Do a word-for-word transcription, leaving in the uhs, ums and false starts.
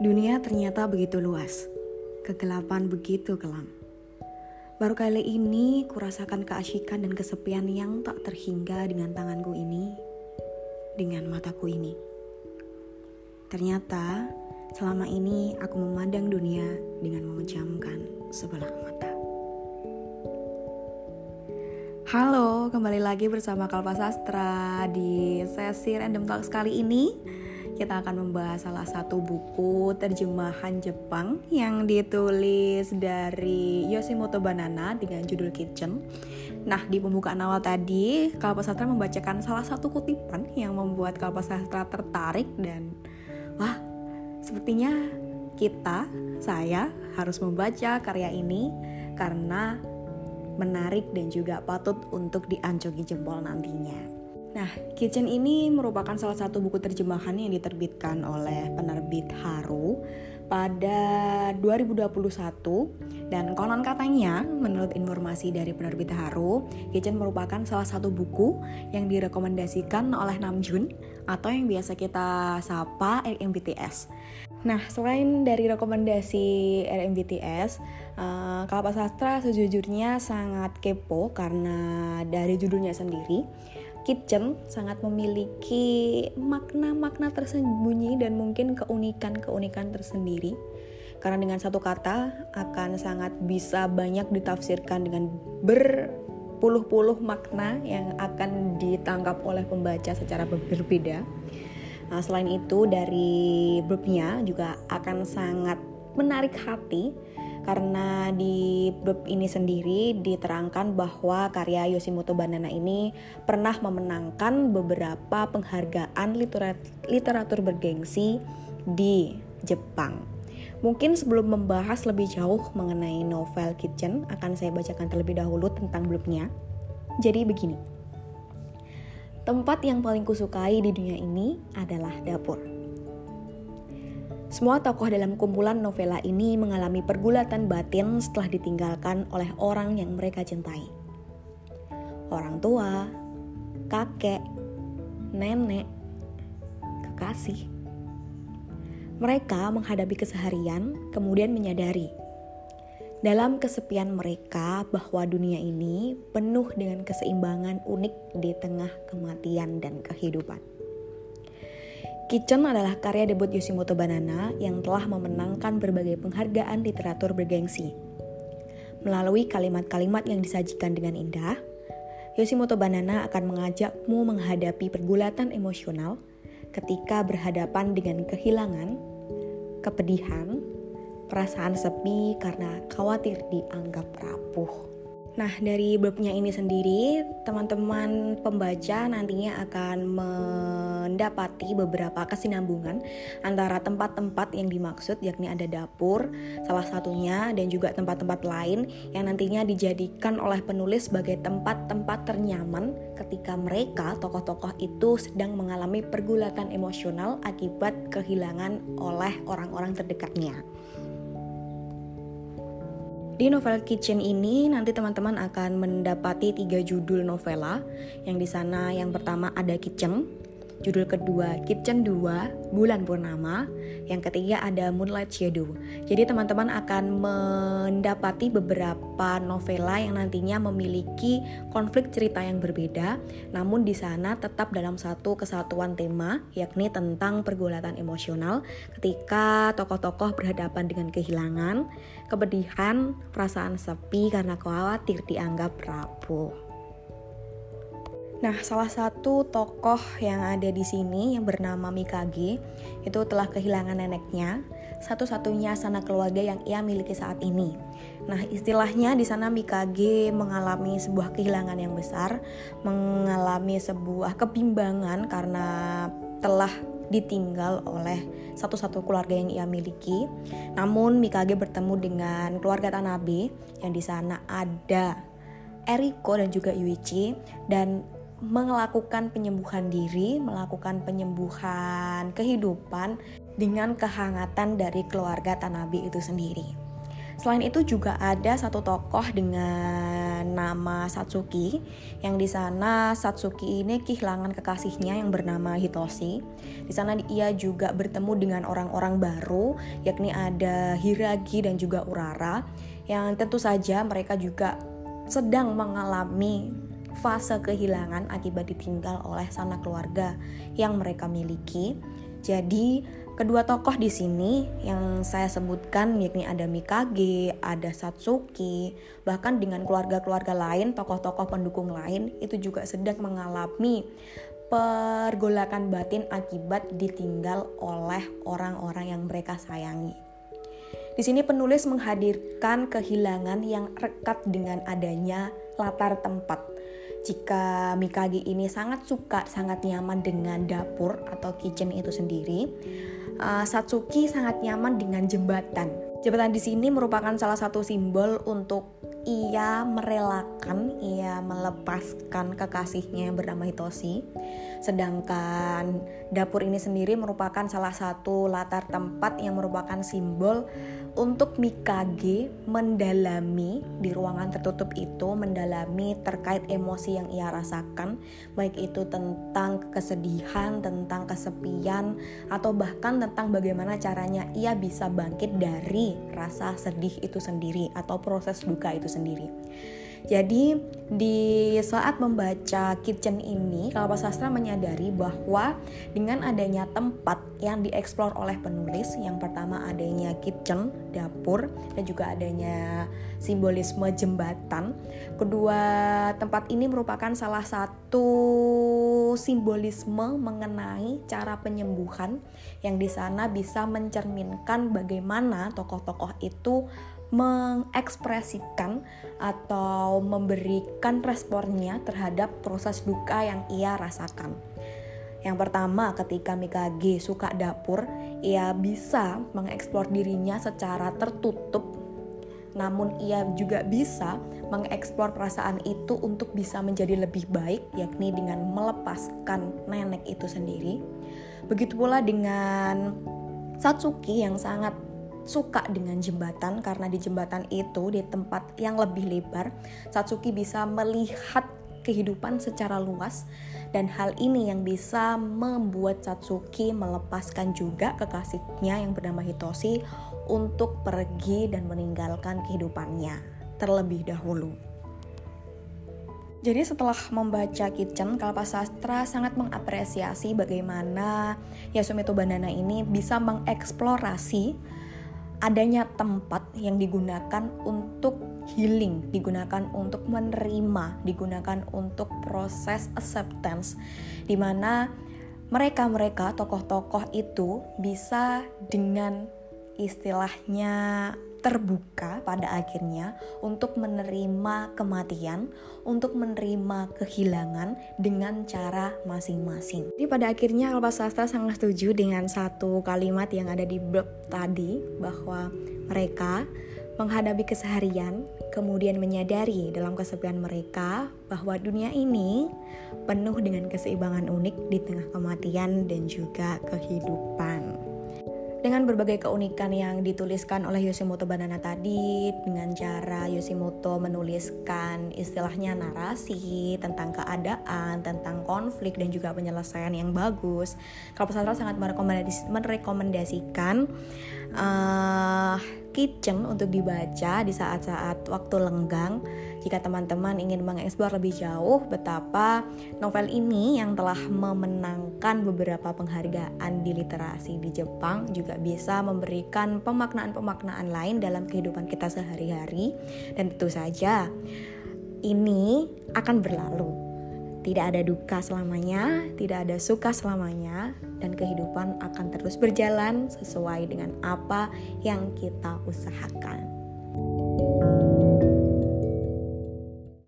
Dunia ternyata begitu luas, kegelapan begitu kelam. Baru kali ini kurasakan keasyikan dan kesepian yang tak terhingga dengan tanganku ini, dengan mataku ini. Ternyata selama ini aku memandang dunia dengan memejamkan sebelah mata. Halo, kembali lagi bersama Kalpa Sastra. Di sesi Random Talks kali ini kita akan membahas salah satu buku terjemahan Jepang yang ditulis dari Yoshimoto Banana dengan judul Kitchen. Nah, di pembukaan awal tadi, Kalpa Sastra membacakan salah satu kutipan yang membuat Kalpa Sastra tertarik dan wah, sepertinya kita, saya harus membaca karya ini karena menarik dan juga patut untuk diacungi jempol nantinya. Nah, Kitchen ini merupakan salah satu buku terjemahan yang diterbitkan oleh penerbit Haru pada dua ribu dua puluh satu dan konon katanya menurut informasi dari penerbit Haru, Kitchen merupakan salah satu buku yang direkomendasikan oleh Namjoon atau yang biasa kita sapa R M B T S. Nah, selain dari rekomendasi R M B T S, uh, Kalpa Sastra sejujurnya sangat kepo karena dari judulnya sendiri, Kitchen sangat memiliki makna-makna tersembunyi dan mungkin keunikan-keunikan tersendiri. Karena dengan satu kata akan sangat bisa banyak ditafsirkan dengan berpuluh-puluh makna yang akan ditangkap oleh pembaca secara berbeda. Nah, selain itu dari blurbnya juga akan sangat menarik hati karena di blurb ini sendiri diterangkan bahwa karya Yoshimoto Banana ini pernah memenangkan beberapa penghargaan literatur, literatur bergengsi di Jepang. Mungkin sebelum membahas lebih jauh mengenai novel Kitchen, akan saya bacakan terlebih dahulu tentang blurbnya. Jadi begini. Tempat yang paling kusukai di dunia ini adalah dapur. Semua tokoh dalam kumpulan novela ini mengalami pergulatan batin setelah ditinggalkan oleh orang yang mereka cintai. Orang tua, kakek, nenek, kekasih. Mereka menghadapi keseharian, kemudian menyadari dalam kesepian mereka bahwa dunia ini penuh dengan keseimbangan unik di tengah kematian dan kehidupan. Kitchen adalah karya debut Yoshimoto Banana yang telah memenangkan berbagai penghargaan literatur bergengsi. Melalui kalimat-kalimat yang disajikan dengan indah, Yoshimoto Banana akan mengajakmu menghadapi pergulatan emosional ketika berhadapan dengan kehilangan, kepedihan, perasaan sepi karena khawatir dianggap rapuh. Nah, dari blurbnya ini sendiri, teman-teman pembaca nantinya akan mendapati beberapa kesinambungan antara tempat-tempat yang dimaksud, yakni ada dapur, salah satunya, dan juga tempat-tempat lain yang nantinya dijadikan oleh penulis sebagai tempat-tempat ternyaman ketika mereka, tokoh-tokoh itu, sedang mengalami pergulatan emosional akibat kehilangan oleh orang-orang terdekatnya. Di novel Kitchen ini nanti teman-teman akan mendapati tiga judul novela, yang di sana yang pertama ada Kitchen, judul kedua Kitchen dua, Bulan Purnama, yang ketiga ada Moonlight Shadow. Jadi teman-teman akan mendapati beberapa novela yang nantinya memiliki konflik cerita yang berbeda, namun di sana tetap dalam satu kesatuan tema, yakni tentang pergulatan emosional ketika tokoh-tokoh berhadapan dengan kehilangan, kepedihan, perasaan sepi karena khawatir dianggap rapuh. Nah, salah satu tokoh yang ada di sini yang bernama Mikage itu telah kehilangan neneknya, satu-satunya sanak keluarga yang ia miliki saat ini. Nah, istilahnya di sana Mikage mengalami sebuah kehilangan yang besar, mengalami sebuah kebimbangan karena telah ditinggal oleh satu-satu keluarga yang ia miliki. Namun Mikage bertemu dengan keluarga Tanabe yang di sana ada Eriko dan juga Yuichi dan melakukan penyembuhan diri, melakukan penyembuhan kehidupan dengan kehangatan dari keluarga Tanabe itu sendiri. Selain itu juga ada satu tokoh dengan dengan nama Satsuki, yang di sana Satsuki ini kehilangan kekasihnya yang bernama Hitoshi. Di sana ia juga bertemu dengan orang-orang baru, yakni ada Hiragi dan juga Urara, yang tentu saja mereka juga sedang mengalami fase kehilangan akibat ditinggal oleh sanak keluarga yang mereka miliki. Jadi kedua tokoh di sini yang saya sebutkan yakni ada Mikage, ada Satsuki, bahkan dengan keluarga-keluarga lain, tokoh-tokoh pendukung lain itu juga sedang mengalami pergolakan batin akibat ditinggal oleh orang-orang yang mereka sayangi. Di sini penulis menghadirkan kehilangan yang rekat dengan adanya latar tempat. Jika Mikage ini sangat suka, sangat nyaman dengan dapur atau kitchen itu sendiri, uh, Satsuki sangat nyaman dengan jembatan. Jembatan di sini merupakan salah satu simbol untuk ia merelakan, ia melepaskan kekasihnya yang bernama Hitoshi. Sedangkan dapur ini sendiri merupakan salah satu latar tempat yang merupakan simbol untuk Mikage mendalami di ruangan tertutup itu, mendalami terkait emosi yang ia rasakan, baik itu tentang kesedihan, tentang kesepian, atau bahkan tentang bagaimana caranya ia bisa bangkit dari rasa sedih itu sendiri atau proses duka itu sendiri. Jadi di saat membaca Kitchen ini, Kalpasastra menyadari bahwa dengan adanya tempat yang dieksplor oleh penulis, yang pertama adanya kitchen, dapur, dan juga adanya simbolisme jembatan. Kedua tempat ini merupakan salah satu simbolisme mengenai cara penyembuhan yang di sana bisa mencerminkan bagaimana tokoh-tokoh itu mengekspresikan atau memberikan responnya terhadap proses duka yang ia rasakan. Yang pertama, ketika Mikage suka dapur, ia bisa mengeksplor dirinya secara tertutup, namun ia juga bisa mengeksplor perasaan itu untuk bisa menjadi lebih baik, yakni dengan melepaskan nenek itu sendiri. Begitu pula dengan Satsuki yang sangat suka dengan jembatan, karena di jembatan itu, di tempat yang lebih lebar, Satsuki bisa melihat kehidupan secara luas, dan hal ini yang bisa membuat Satsuki melepaskan juga kekasihnya yang bernama Hitoshi untuk pergi dan meninggalkan kehidupannya terlebih dahulu. Jadi setelah membaca Kitchen, Kalpasastra sangat mengapresiasi bagaimana Yasumito Banana ini bisa mengeksplorasi adanya tempat yang digunakan untuk healing, digunakan untuk menerima, digunakan untuk proses acceptance, di mana mereka-mereka tokoh-tokoh itu bisa dengan istilahnya terbuka pada akhirnya untuk menerima kematian, untuk menerima kehilangan dengan cara masing-masing. Jadi pada akhirnya Kalpasastra sangat setuju dengan satu kalimat yang ada di blog tadi, bahwa mereka menghadapi keseharian, kemudian menyadari dalam kesepian mereka bahwa dunia ini penuh dengan keseimbangan unik di tengah kematian dan juga kehidupan. Dengan berbagai keunikan yang dituliskan oleh Yoshimoto Banana tadi, dengan cara Yoshimoto menuliskan istilahnya narasi tentang keadaan, tentang konflik dan juga penyelesaian yang bagus, Kalpasastra sangat merekomendasi, merekomendasikan uh, Kitchen untuk dibaca di saat-saat waktu lenggang. Jika teman-teman ingin mengeksplor lebih jauh betapa novel ini yang telah memenangkan beberapa penghargaan di literasi di Jepang juga bisa memberikan pemaknaan-pemaknaan lain dalam kehidupan kita sehari-hari, dan tentu saja ini akan berlalu. Tidak ada duka selamanya, tidak ada suka selamanya, dan kehidupan akan terus berjalan sesuai dengan apa yang kita usahakan.